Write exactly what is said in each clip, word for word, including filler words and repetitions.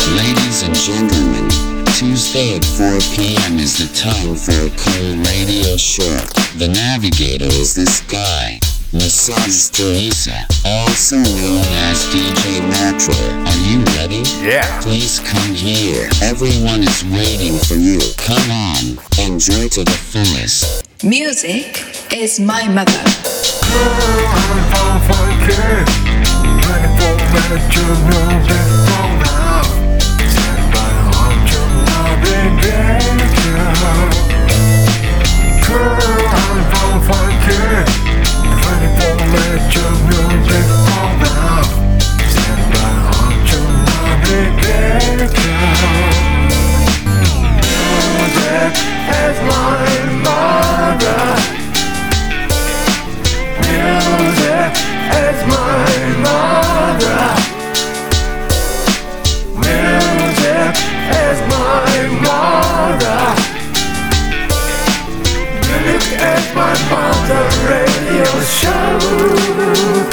Ladies and gentlemen, Tuesday at four p.m. is the time for a cool radio show. The navigator is this guy, Massage Teresa, also known as D J Metro. Are you ready? Yeah. Please come here. Everyone is waiting for you. Come on, enjoy to the fullest. Music is my mother. I'm funky. twenty-four minutes to music program. Stand by on to navigation. Girl, I'm funky. twenty-four minutes to music program. Stand by on to navigation. Music is my mother. Music is my mother. Music is my mother. Music is my mother radio show.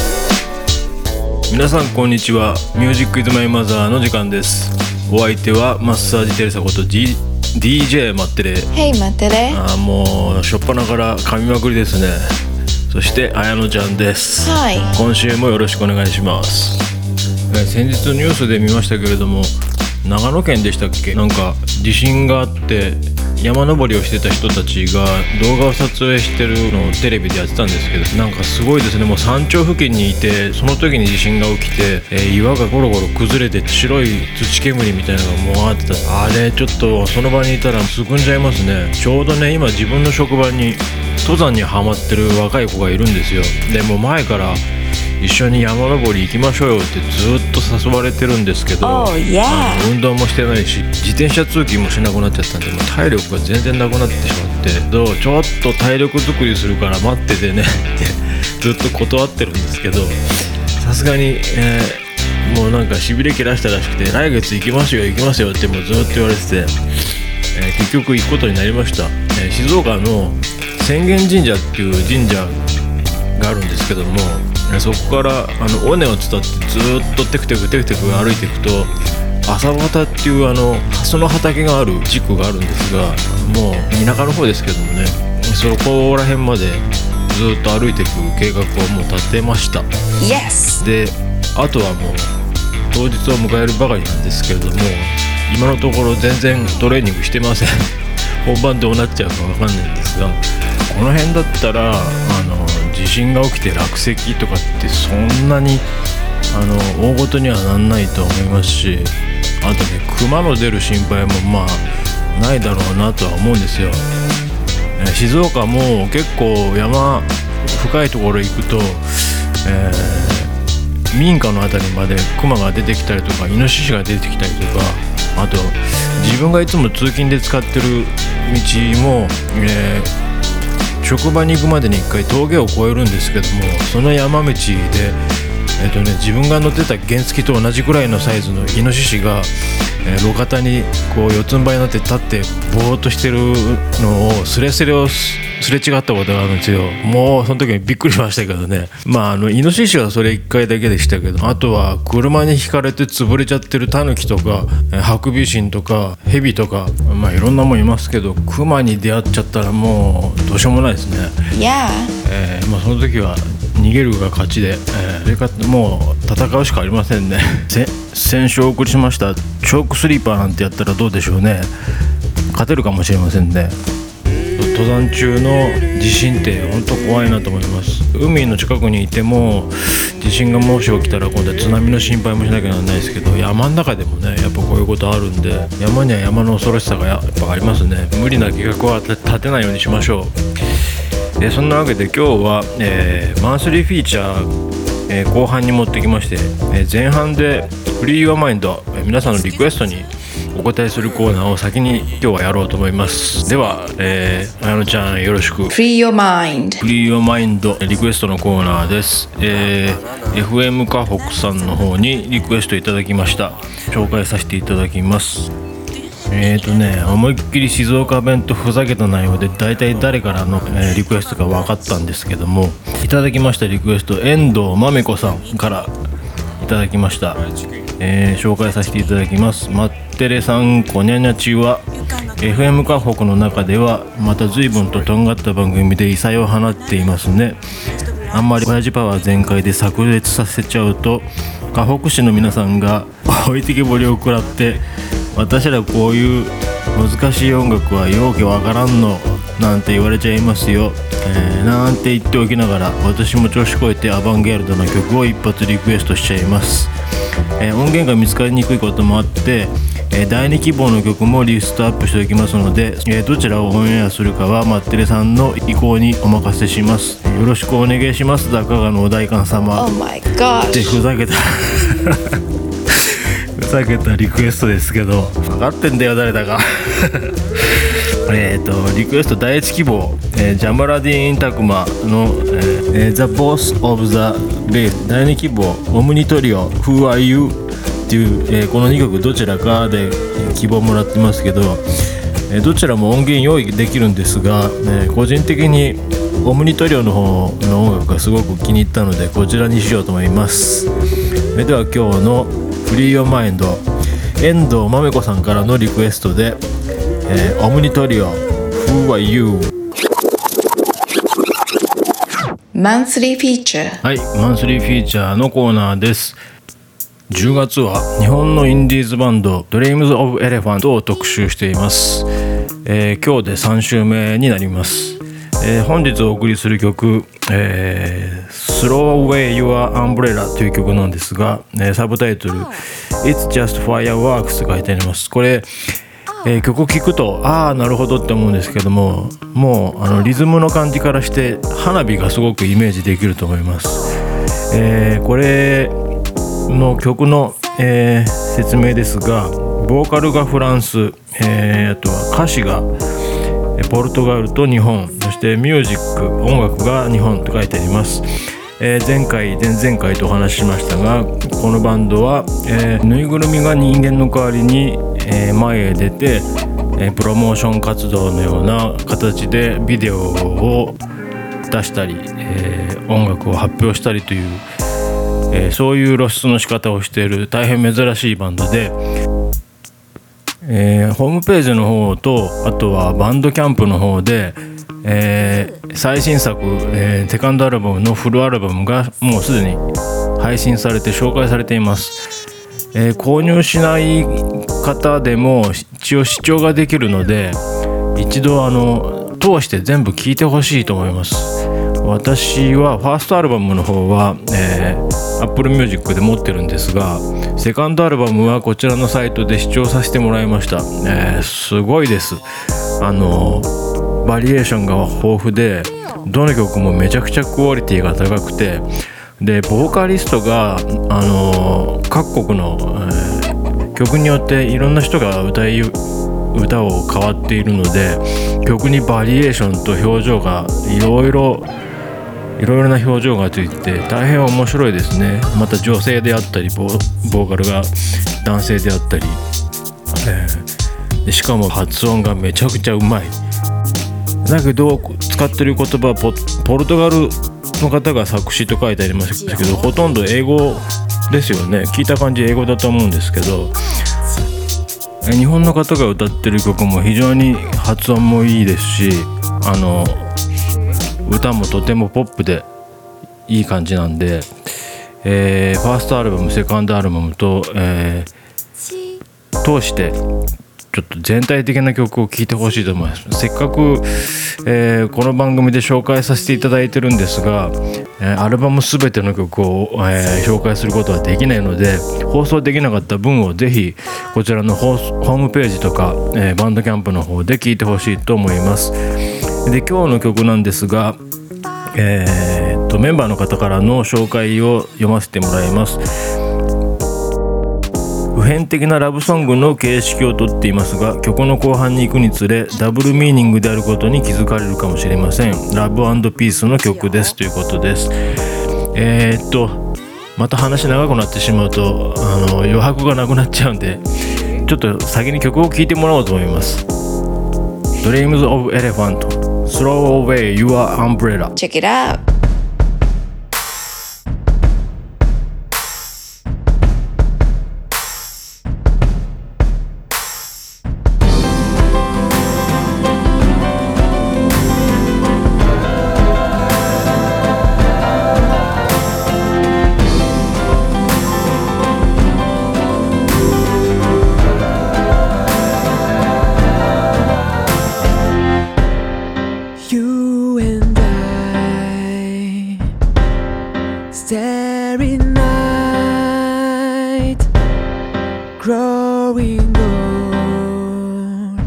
皆さんこんにちは。ミュージックイズマイマザーの時間です。お相手はマッサージテレサこと Gディージェー マッテレ。 Hey マッテレ。 あーもうしょっぱなから噛みまくりですね。そして綾乃ちゃんです。 はい。 今週もよろしくお願いします。え先日ニュースで見ましたけれども、長野県でしたっけ、なんか地震があって山登りをしてた人たちが動画を撮影してるのをテレビでやってたんですけど、なんかすごいですね。もう山頂付近にいて、その時に地震が起きて、えー、岩がゴロゴロ崩れて白い土煙みたいなのがもうあってた。あれちょっとその場にいたらすくんじゃいますね。ちょうどね、今自分の職場に登山にハマってる若い子がいるんですよ。でも前から一緒に山登り行きましょうよってずっと誘われてるんですけど、 oh, yeah. あの運動もしてないし自転車通勤もしなくなっちゃったんで、もう体力が全然なくなってしまって、どうちょっと体力作りするから待っててねってずっと断ってるんですけど、さすがに、えー、もうなんかしびれ切らしたらしくて、来月行きますよ行きますよってもうずっと言われてて、えー、結局行くことになりました。えー、静岡の浅間神社っていう神社があるんですけども、そこからあの尾根を伝ってずっとテクテクテクテク歩いていくと、朝畑っていうあのその畑がある地区があるんですが、もう田舎の方ですけどもね、そこら辺までずっと歩いていく計画をもう立てました。 Yes. であとはもう当日を迎えるばかりなんですけれども、今のところ全然トレーニングしてません本番どうなっちゃうか分かんないんですが、この辺だったらあの地震が起きて落石とかってそんなにあの大ごとにはなんないと思いますし、あとね、熊の出る心配もまあないだろうなとは思うんですよ。静岡も結構山深いところ行くと、えー、民家のあたりまで熊が出てきたりとかイノシシが出てきたりとか、あと自分がいつも通勤で使ってる道も、えー職場に行くまでに一回峠を越えるんですけども、その山道で、えーとね、自分が乗ってた原付と同じくらいのサイズのイノシシが、えー、路肩にこう四つん這いになって立ってぼーっとしてるのをスレスレをすれ違ったことがあるんですよ。もうその時にびっくりしましたけどね。まああのイノシシはそれいっかいだけでしたけど、あとは車にひかれて潰れちゃってるタヌキとかハクビシンとかヘビとか、まあいろんなもんいますけど、クマに出会っちゃったらもうどうしようもないですね。 Yeah. えー、まあその時は逃げるが勝ちで、えー、それからもう戦うしかありませんね先週お送りしましたチョークスリーパーなんてやったらどうでしょうね。勝てるかもしれませんね。登山中の地震って本当怖いなと思います。海の近くにいても地震がもし起きたら今度は津波の心配もしなきゃならないですけど、山の中でもねやっぱこういうことあるんで、山には山の恐ろしさがやっぱありますね。無理な計画は立てないようにしましょう。でそんなわけで今日は、えー、マンスリーフィーチャー、えー、後半に持ってきまして、えー、前半でフリーヨアマインド、えー、皆さんのリクエストにお答えするコーナーを先に今日はやろうと思います。では、えー、綾乃ちゃんよろしく。 Free your mind。 フリーヨアマインドリクエストのコーナーです。えー、エフエム 河北さんの方にリクエストいただきました。紹介させていただきます。えーとね、思いっきり静岡弁とふざけた内容で大体誰からの、えー、リクエストか分かったんですけども、いただきましたリクエスト遠藤まめこさんからいただきました。 えー、紹介させていただきます。マッテレさんこにゃにゃちは エフエム 河北の中ではまた随分ととんがった番組で異彩を放っていますね。あんまり親父パワー全開で炸裂させちゃうと河北市の皆さんが置いてけぼりを食らって、私らこういう難しい音楽はようけわからんのなんて言われちゃいますよ、えー、なんて言っておきながら私も調子こえてアバンギャルドな曲を一発リクエストしちゃいます。えー、音源が見つかりにくいこともあって、えー、だいに希望の曲もリストアップしておきますので、えー、どちらをオンエアするかはマッテレさんの意向にお任せします。よろしくお願いします。中川のお代官様。 Oh my gosh ってふざけたふざけたリクエストですけど、分かってんだよ誰だかえっとリクエストだいいち希望、えー、ジャマラディーン・タクマの、えー、The Boss of the Bass、 だいに希望オムニトリオ Who Are You っていう、えー、このにきょくどちらかで希望もらってますけど、えー、どちらも音源用意できるんですが、えー、個人的にオムニトリオの方の音楽がすごく気に入ったのでこちらにしようと思います。それでは今日のフリーヨーマインド、遠藤まめこさんからのリクエストで、えー、オムニトリオ Who Are You。 マンスリーフィーチャー。 はい、マンスリーフィーチャーのコーナーです。じゅうがつは日本のインディーズバンド Dreams of Elephant を特集しています。えー、今日でさん週目になります。えー、本日お送りする曲、えー、Throw Away Your Umbrella という曲なんですが、えー、サブタイトル It's Just Fireworks と書いてあります。これ、えー、曲を聴くとああなるほどって思うんですけども、もうあのリズムの感じからして花火がすごくイメージできると思います。えー、これの曲の、えー、説明ですが、ボーカルがフランス、えー、あとは歌詞がポルトガルと日本、そしてミュージック音楽が日本と書いてあります。えー、前回前々回とお話ししましたが、このバンドは、えー、ぬいぐるみが人間の代わりに、えー、前へ出て、えー、プロモーション活動のような形でビデオを出したり、えー、音楽を発表したりという、えー、そういう露出の仕方をしている大変珍しいバンドで、えー、ホームページの方とあとはバンドキャンプの方で、えー、最新作、えー、セカンドアルバムのフルアルバムがもうすでに配信されて紹介されています。えー、購入しない方でも一応視聴ができるので、一度あの通して全部聴いてほしいと思います。私はファーストアルバムの方は、えー、Apple Music で持ってるんですが、セカンドアルバムはこちらのサイトで視聴させてもらいました。えー、すごいです。あのバリエーションが豊富で、どの曲もめちゃくちゃクオリティが高くて、でボーカリストがあの各国の、えー、曲によっていろんな人が歌い歌を変わっているので、曲にバリエーションと表情がいろいろいろいろな表情がついて大変面白いですね。また女性であったり ボ, ボーカルが男性であったり、えー、でしかも発音がめちゃくちゃうまい。だけど使ってる言葉は ポ, ポルトガルの方が作詞と書いてありますけど、ほとんど英語ですよね。聞いた感じ英語だと思うんですけど、日本の方が歌ってる曲も非常に発音もいいですし、あの歌もとてもポップでいい感じなんで、えー、ファーストアルバムセカンドアルバムと、えー、通してちょっと全体的な曲を聴いてほしいと思います。せっかく、えー、この番組で紹介させていただいてるんですが、えー、アルバムすべての曲を、えー、紹介することはできないので、放送できなかった分をぜひこちらのホームページとか、えー、バンドキャンプの方で聴いてほしいと思います。で今日の曲なんですが、えー、とメンバーの方からの紹介を読ませてもらいます。普遍的なラブソングの形式をとっていますが、曲の後半に行くにつれダブルミーニングであることに気づかれるかもしれません。ラブ&ピースの曲ですということです。えー、っとまた話長くなってしまうとあの余白がなくなっちゃうんで、ちょっと先に曲を聴いてもらおうと思います。 Dreams of Elephant Throw Away Your Umbrella。 Check it out. growing old.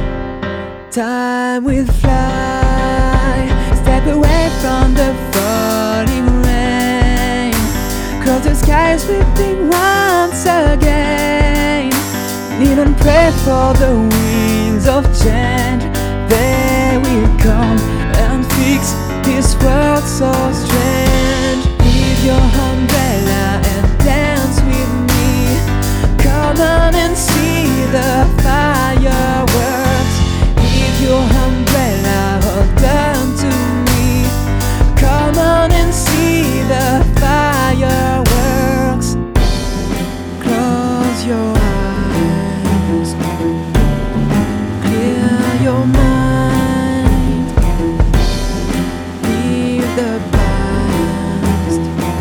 Time will fly, step away from the falling rain. Close the skies sweeping once again. Kneel and pray for the winds of change. They will come and fix this world so strange. Leave your umbrella and dance with me. Come on and see the fireworks. Leave your umbrella, hold on to me. Come on and see the fireworks. Close your eyes, clear your mind. Leave the past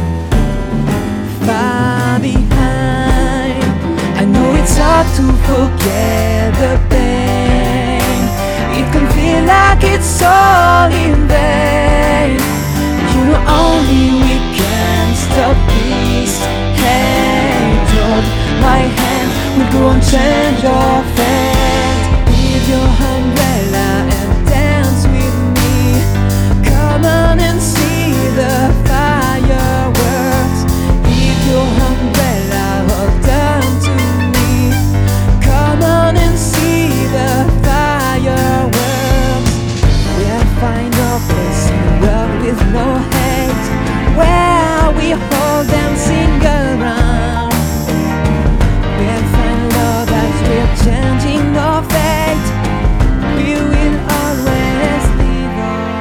far behind. I know it's hard to forget the pain. It can feel like it's all in vain. You know only we can stop this hatred. My hand will go and change your fate. Leave your umbrella and dance with me. Come on and see the fireworks. Leave your umbrella, hold on to me. Come on and see the fireworks. We'll find a place in a world with no hate, where we hold and sing around. We'll find love as we're changing our fate. We will always live on.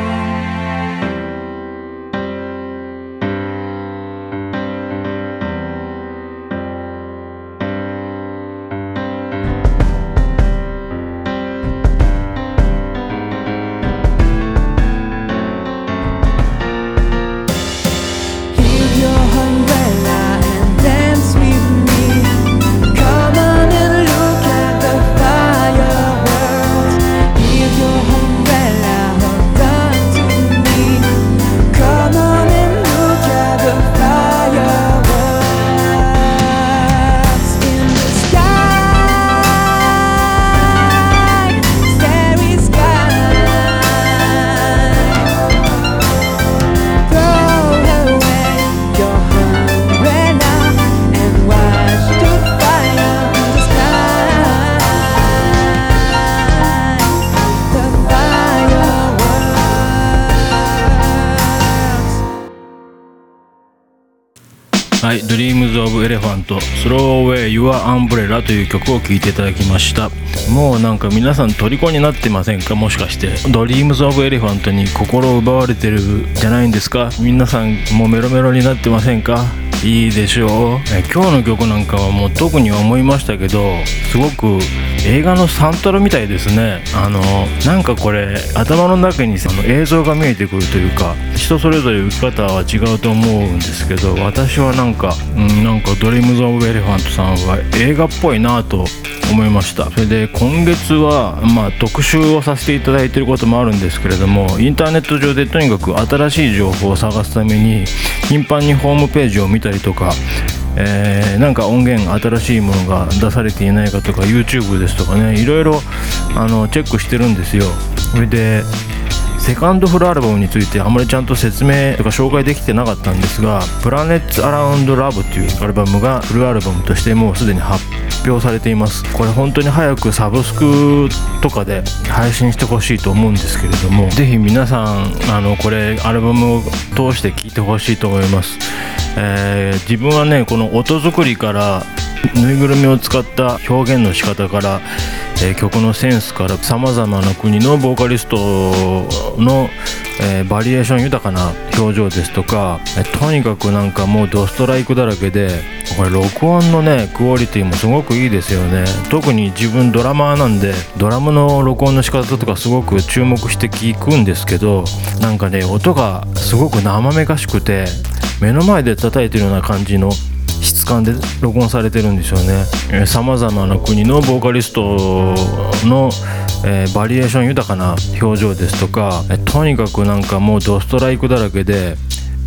Leave your umbrella and dance with me. Come on and look at the fireworks. Leave your umbrella, hold on to me. Come on and look at the fireworks. In the sky, starry sky. Throw away your umbrella and watch the fire in the sky. The fireworks. はい、Dreams of Elephant Throw Away Your Umbrella という曲を聴いていただきました。もうなんか皆さん虜になってませんか？もしかして Dreams of Elephant に心を奪われてるじゃないんですか？皆さんもうメロメロになってませんか？いいでしょう。え今日の曲なんかはもう特に思いましたけど、すごく映画のサントラみたいですね。あのなんかこれ頭の中にあの映像が見えてくるというか、人それぞれ受け方は違うと思うんですけど、私はなんか、うん、なんかドリームズ・オブ・エレファントさんは映画っぽいなと思いました。それで今月は、まあ、特集をさせていただいていることもあるんですけれども、インターネット上でとにかく新しい情報を探すために頻繁にホームページを見たりとか、えー、なんか音源新しいものが出されていないかとか YouTube ですとかね、いろいろあのチェックしてるんですよ。それでセカンドフルアルバムについてあまりちゃんと説明とか紹介できてなかったんですが、プラネッツ・アラウンド・ラブというアルバムがフルアルバムとしてもうすでに発表されています。これ本当に早くサブスクとかで配信してほしいと思うんですけれども、ぜひ皆さんあのこれアルバムを通して聴いてほしいと思います。えー、自分はねこの音作りからぬいぐるみを使った表現の仕方から、えー、曲のセンスからさまざまな国のボーカリストの、えー、バリエーション豊かな表情ですとか、えー、とにかくなんかもうドストライクだらけで、これ録音のねクオリティもすごくいいですよね。特に自分ドラマーなんでドラムの録音の仕方とかすごく注目して聞くんですけど、なんかね音がすごく生めかしくて目の前で叩いてるような感じの質感で録音されてるんですよね。さまざまな国のボーカリストの、えー、バリエーション豊かな表情ですとか、えとにかくなんかもうドストライクだらけで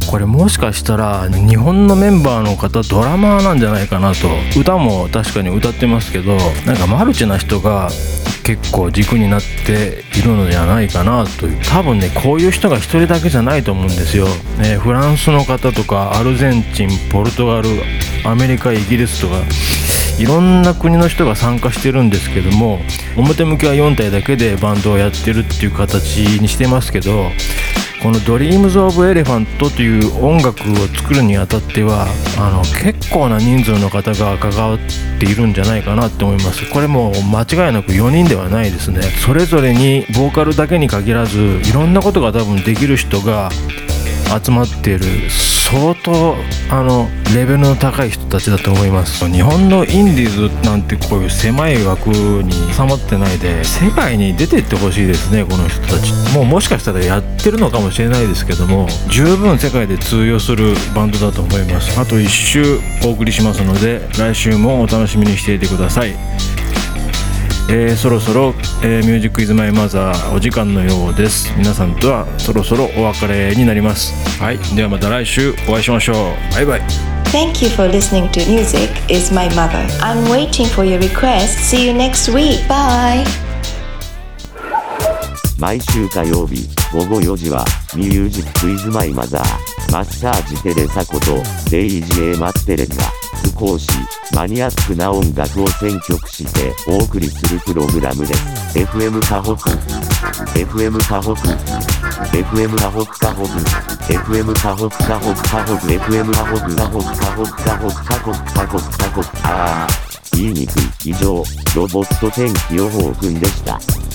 これもしかしたら日本のメンバーの方ドラマーなんじゃないかなと。歌も確かに歌ってますけど、なんかマルチな人が結構軸になっているのではないかなという。多分ねこういう人が一人だけじゃないと思うんですよ、ね、フランスの方とかアルゼンチン、ポルトガル、アメリカ、イギリスとかいろんな国の人が参加してるんですけども、表向きはよん体だけでバンドをやってるっていう形にしてますけど、この Dreams of Elephant という音楽を作るにあたってはあの結構な人数の方が関わっているんじゃないかなって思います。これも間違いなくよにんではないですね。それぞれにボーカルだけに限らずいろんなことが多分できる人が集まっている相当あのレベルの高い人たちだと思います。日本のインディーズなんてこういう狭い枠に収まってないで世界に出ていってほしいですね。この人たちもうもしかしたらやってるのかもしれないですけども、十分世界で通用するバンドだと思います。あといっ週お送りしますので来週もお楽しみにしていてください。えー、そろそろ、えー、ミュージックイズマイマザーお時間のようです。皆さんとはそろそろお別れになります。はい、ではまた来週お会いしましょう。バイバイ。 Thank you for listening to Music is My Mother. I'm waiting for your request. See you next week. Bye. 毎週火曜日午後よじはミュージックイズマイマザー、マッサージテレサことデイジーエーマッテレンが少しマニアックな音楽を選曲してお送りするプログラムです。 エフエム カホク エフエム カホク エフエム カホクカホク エフエム カホクカホクカホク エフエム カホクカホクカホクカホクカホクカホクカホクあー言いにくい。以上ロボット天気予報くんでした。